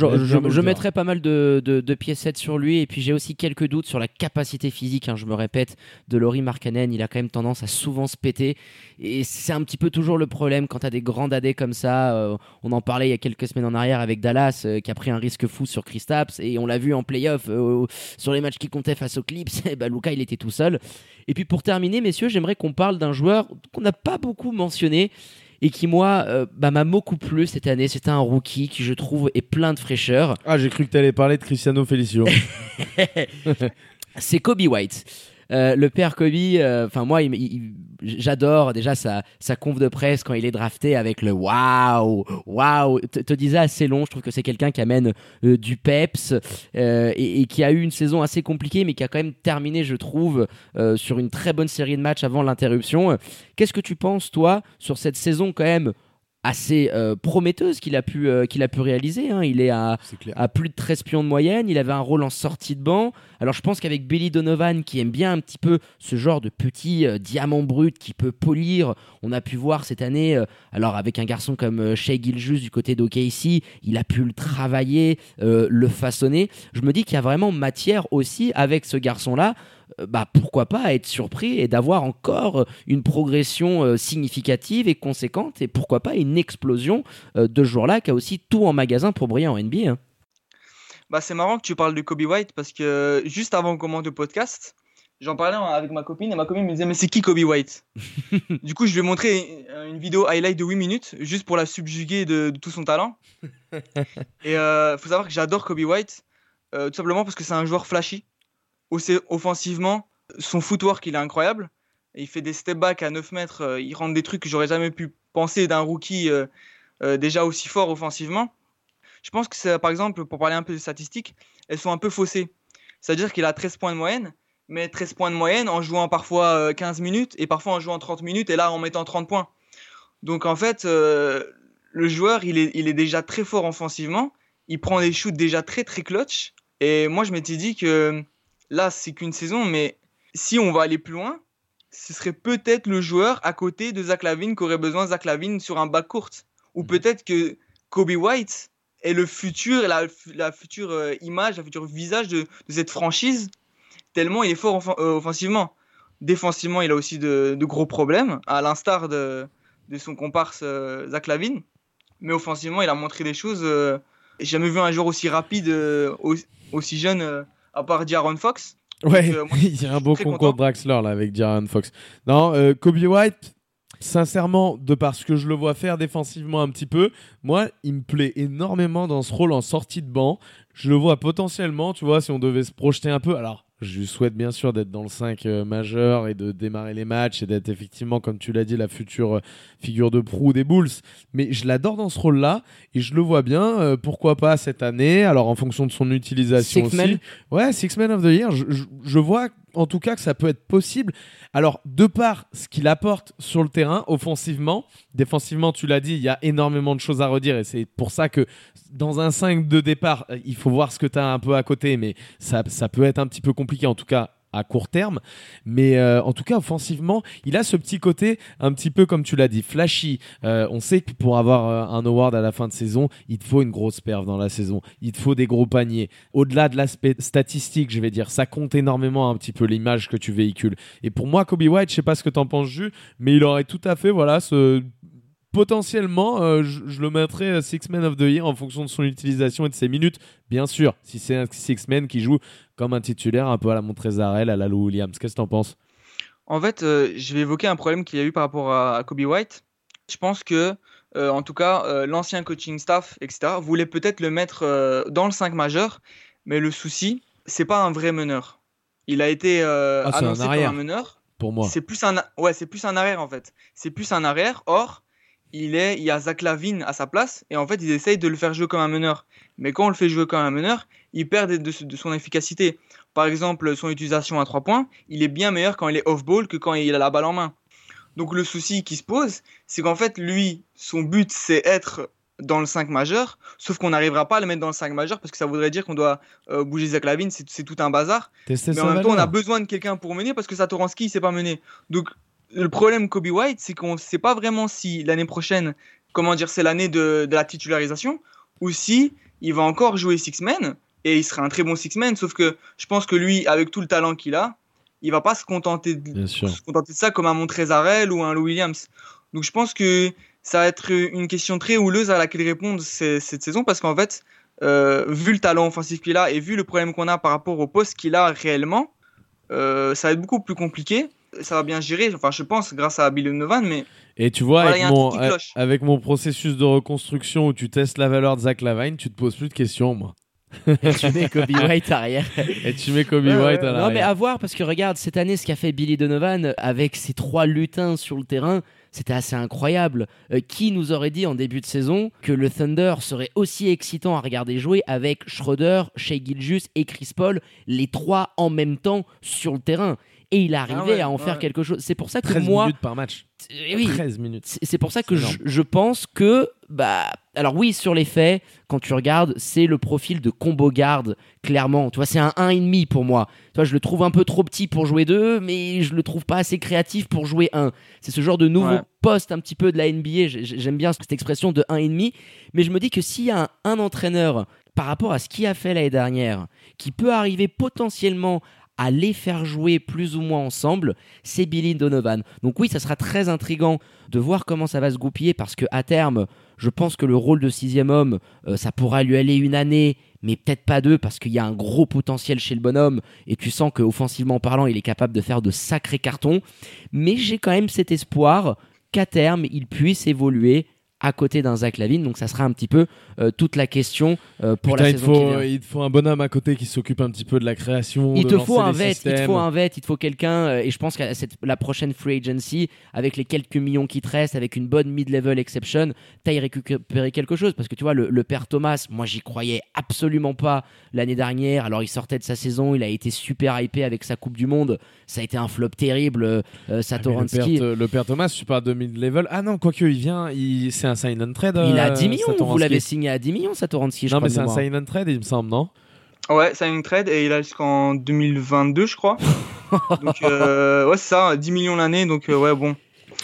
je mettrais pas mal de piécettes sur lui. Et puis, j'ai aussi quelques doutes sur la capacité physique, je me répète, de Lauri Markkanen. Il a quand même tendance à souvent se péter. Et c'est un petit peu toujours le problème quand tu as des grands dadés comme ça. On en parlait il y a quelques semaines en arrière avec Dallas, qui a pris un risque fou sur Kristaps. Et on l'a vu en play-off, sur les matchs qui comptaient face aux Clips. Luka, il était tout seul. Et puis, pour terminer, messieurs, j'aimerais qu'on parle d'un joueur qu'on n'a pas beaucoup mentionné. Et qui, moi, m'a beaucoup plu cette année. C'était un rookie qui, je trouve, est plein de fraîcheur. Ah, j'ai cru que tu allais parler de Cristiano Felicio. C'est Coby White. Le père Kobe, moi, j'adore déjà sa conf de presse quand il est drafté avec le waouh, te disais assez long. Je trouve que c'est quelqu'un qui amène du peps et qui a eu une saison assez compliquée, mais qui a quand même terminé, je trouve, sur une très bonne série de matchs avant l'interruption. Qu'est-ce que tu penses, toi, sur cette saison quand même assez prometteuse qu'il a pu réaliser, Il est à plus de 13 pions de moyenne. Il avait un rôle en sortie de banc. Alors je pense qu'avec Billy Donovan, qui aime bien un petit peu ce genre de petit diamant brut qui peut polir, on a pu voir cette année, alors avec un garçon comme Shai Gilgeous du côté d'OKC, il a pu le travailler, le façonner. Je me dis qu'il y a vraiment matière aussi avec ce garçon-là, pourquoi pas être surpris et d'avoir encore une progression significative et conséquente, et pourquoi pas une explosion de ce joueur-là qui a aussi tout en magasin pour briller en NBA. C'est marrant que tu parles de Coby White, parce que juste avant qu'on commence le podcast, j'en parlais avec ma copine et ma copine me disait mais c'est qui Coby White? Du coup je lui ai montré une vidéo highlight de 8 minutes juste pour la subjuguer de tout son talent. Et faut savoir que j'adore Coby White, tout simplement parce que c'est un joueur flashy. Offensivement, son footwork il est incroyable. Il fait des step back à 9 mètres, il rentre des trucs que j'aurais jamais pu penser d'un rookie déjà aussi fort offensivement. Je pense que c'est, par exemple, pour parler un peu des statistiques, elles sont un peu faussées. C'est-à-dire qu'il a 13 points de moyenne, mais 13 points de moyenne en jouant parfois 15 minutes et parfois en jouant 30 minutes et là en mettant 30 points. Donc en fait, le joueur il est déjà très fort offensivement, il prend des shoots déjà très très clutch. Et moi je m'étais dit que là c'est qu'une saison, mais si on va aller plus loin, ce serait peut-être le joueur à côté de Zach LaVine qu'aurait besoin Zach LaVine sur un backcourt. Ou peut-être que Coby White est le futur, la future image, le futur visage de cette franchise, tellement il est fort offensivement. Défensivement, il a aussi de gros problèmes, à l'instar de son comparse Zach LaVine. Mais offensivement, il a montré des choses. J'ai jamais vu un joueur aussi rapide, aussi jeune, à part De'Aaron Fox. Ouais, il y a un beau concours de Draxler là, avec De'Aaron Fox. Non, Coby White, sincèrement, de par ce que je le vois faire défensivement un petit peu, moi, il me plaît énormément dans ce rôle en sortie de banc. Je le vois potentiellement, tu vois, si on devait se projeter un peu. Alors, je lui souhaite bien sûr d'être dans le 5 majeur et de démarrer les matchs et d'être effectivement, comme tu l'as dit, la future figure de proue des Bulls. Mais je l'adore dans ce rôle-là et je le vois bien, pourquoi pas cette année. Alors, en fonction de son utilisation aussi. Ouais, Six Man of the Year, je vois en tout cas que ça peut être possible. Alors, de par ce qu'il apporte sur le terrain, offensivement, défensivement, tu l'as dit, il y a énormément de choses à redire et c'est pour ça que dans un 5 de départ, il faut voir ce que tu as un peu à côté, mais ça peut être un petit peu compliqué, en tout cas à court terme, mais en tout cas offensivement il a ce petit côté un petit peu comme tu l'as dit flashy. On sait que pour avoir un award à la fin de saison il te faut une grosse perf dans la saison, il te faut des gros paniers, au-delà de l'aspect statistique je vais dire, ça compte énormément un petit peu l'image que tu véhicules, et pour moi Coby White, je sais pas ce que t'en penses Jus, mais il aurait tout à fait potentiellement, je le mettrais Six Man of the Year en fonction de son utilisation et de ses minutes. Bien sûr, si c'est un Six Man qui joue comme un titulaire, un peu à la Montrezl, à la Lou Williams. Qu'est-ce que t'en penses ? En fait, je vais évoquer un problème qu'il y a eu par rapport à Coby White. Je pense que, en tout cas, l'ancien coaching staff, etc., voulait peut-être le mettre dans le 5 majeur, mais le souci, c'est pas un vrai meneur. Il a été annoncé comme un meneur. Pour moi. C'est plus un arrière en fait. C'est plus un arrière. Or, il y a Zach LaVine à sa place et en fait ils essayent de le faire jouer comme un meneur, mais quand on le fait jouer comme un meneur il perd de son efficacité. Par exemple son utilisation à 3 points, il est bien meilleur quand il est off-ball que quand il a la balle en main. Donc le souci qui se pose, c'est qu'en fait lui son but c'est être dans le 5 majeur, sauf qu'on n'arrivera pas à le mettre dans le 5 majeur parce que ça voudrait dire qu'on doit bouger Zach LaVine, c'est tout un bazar. Mais en même temps on a besoin de quelqu'un pour mener parce que Satoransky il sait pas mener. Donc le problème Coby White, c'est qu'on ne sait pas vraiment si l'année prochaine, c'est l'année de la titularisation, ou si il va encore jouer six-man, et il sera un très bon six-man, sauf que je pense que lui, avec tout le talent qu'il a, il ne va pas se contenter de ça comme un Montrezl ou un Lou Williams. Donc je pense que ça va être une question très houleuse à laquelle répondre cette saison, parce qu'en fait, vu le talent offensif qu'il a, et vu le problème qu'on a par rapport au poste qu'il a réellement, ça va être beaucoup plus compliqué. Ça va bien gérer, je pense, grâce à Bill Donovan, mais... Et tu vois, avec mon processus de reconstruction où tu testes la valeur de Zach LaVine, tu te poses plus de questions, moi. Et tu mets Coby White arrière. Et tu mets Coby White à l'arrière. Non, mais à voir, parce que regarde, cette année, ce qu'a fait Billy Donovan avec ses 3 lutins sur le terrain, c'était assez incroyable. Qui nous aurait dit en début de saison que le Thunder serait aussi excitant à regarder jouer avec Schroeder, Shai Gilgeous et Chris Paul, les 3 en même temps sur le terrain. Et il arrivait à en faire quelque chose. C'est pour ça que 13 moi... 13 minutes par match. Oui, 13 minutes. C'est pour ça que je pense que... alors oui, sur les faits, quand tu regardes, c'est le profil de combo guard, clairement. Tu vois, c'est un 1,5 pour moi. Tu vois, je le trouve un peu trop petit pour jouer 2, mais je le trouve pas assez créatif pour jouer 1. C'est ce genre de nouveau poste un petit peu de la NBA. J'aime bien cette expression de 1,5. Mais je me dis que s'il y a un entraîneur, par rapport à ce qu'il a fait l'année dernière, qui peut arriver potentiellement à les faire jouer plus ou moins ensemble, c'est Billy Donovan. Donc oui, ça sera très intriguant de voir comment ça va se goupiller, parce qu'à terme, je pense que le rôle de 6e homme, ça pourra lui aller une année, mais peut-être pas 2, parce qu'il y a un gros potentiel chez le bonhomme, et tu sens qu'offensivement parlant, il est capable de faire de sacrés cartons. Mais j'ai quand même cet espoir qu'à terme, il puisse évoluer à côté d'un Zach LaVine, donc ça sera un petit peu toute la question pour la saison qui vient. Il te faut un bonhomme à côté qui s'occupe un petit peu de la création. Il te faut un vet, il te faut quelqu'un, et je pense qu'à la prochaine free agency, avec les quelques millions qui te restent, avec une bonne mid-level exception, t'as récupéré quelque chose, parce que tu vois, le père Thomas, moi j'y croyais absolument pas l'année dernière. Alors il sortait de sa saison, il a été super hypé avec sa Coupe du Monde, ça a été un flop terrible. Satoransky. Le père Thomas, tu parles de mid-level. Ah non, quoique c'est un sign and trade. Il a 10 millions, vous l'avez signé à 10 millions, Satoransky, je crois. Non, mais c'est un sign and trade, il me semble, non ? Ouais, sign and trade, et il a jusqu'en 2022, je crois. Donc, c'est ça, 10 millions l'année, donc bon.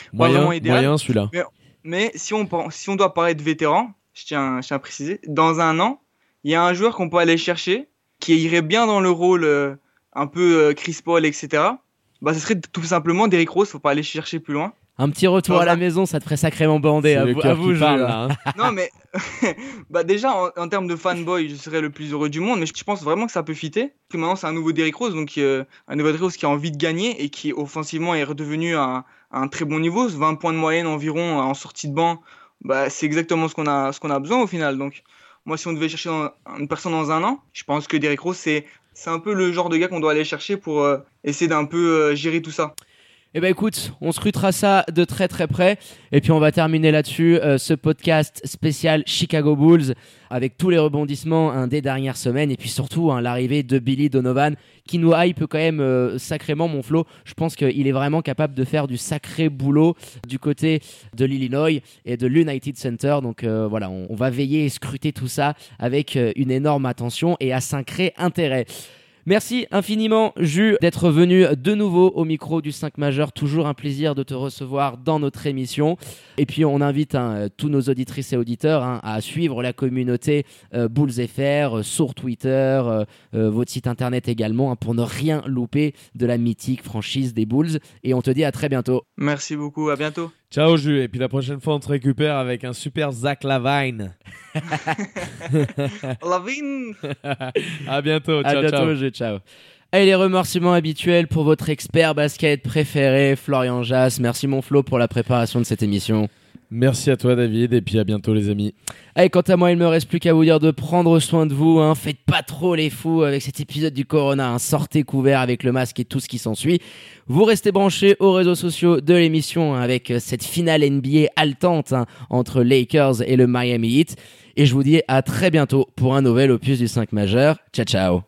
Moyen celui-là. Mais si on doit parler de vétérans, je tiens à préciser, dans un an, il y a un joueur qu'on peut aller chercher, qui irait bien dans le rôle un peu Chris Paul, etc. Ce serait tout simplement Derrick Rose, faut pas aller chercher plus loin. Un petit retour à la maison, ça te ferait sacrément bander. À vous, Jules. Là, hein. Non, mais déjà, en termes de fanboy, je serais le plus heureux du monde, mais je pense vraiment que ça peut fitter. Que maintenant, c'est un nouveau Derrick Rose, donc un nouveau Derrick Rose qui a envie de gagner et qui, offensivement, est redevenu à un très bon niveau. 20 points de moyenne environ en sortie de banc, c'est exactement ce qu'on a besoin au final. Donc, moi, si on devait chercher une personne dans un an, je pense que Derrick Rose, c'est un peu le genre de gars qu'on doit aller chercher pour essayer d'un peu gérer tout ça. Eh ben écoute, on scrutera ça de très très près et puis on va terminer là-dessus ce podcast spécial Chicago Bulls avec tous les rebondissements des dernières semaines et puis surtout l'arrivée de Billy Donovan qui nous hype quand même sacrément, mon Flo. Je pense qu'il est vraiment capable de faire du sacré boulot du côté de l'Illinois et de l'United Center. Donc voilà, on va veiller et scruter tout ça avec une énorme attention et un sacré intérêt. Merci infiniment, Jus, d'être venu de nouveau au micro du 5 majeur. Toujours un plaisir de te recevoir dans notre émission. Et puis, on invite tous nos auditrices et auditeurs à suivre la communauté Bulls FR sur Twitter, votre site internet également, pour ne rien louper de la mythique franchise des Bulls. Et on te dit à très bientôt. Merci beaucoup, à bientôt. Ciao, Jus. Et puis la prochaine fois, on te récupère avec un super Zach LaVine. LaVine. À bientôt. Ciao, à bientôt, ciao. Ciao. Allez, les remerciements habituels pour votre expert basket préféré, Florian Jass. Merci, mon Flo, pour la préparation de cette émission. Merci à toi, David. Et puis à bientôt, les amis. Allez, quant à moi, il me reste plus qu'à vous dire de prendre soin de vous. Faites pas trop les fous avec cet épisode du Corona. Sortez couverts avec le masque et tout ce qui s'ensuit. Vous restez branchés aux réseaux sociaux de l'émission avec cette finale NBA haletante entre Lakers et le Miami Heat. Et je vous dis à très bientôt pour un nouvel opus du 5 majeur. Ciao, ciao.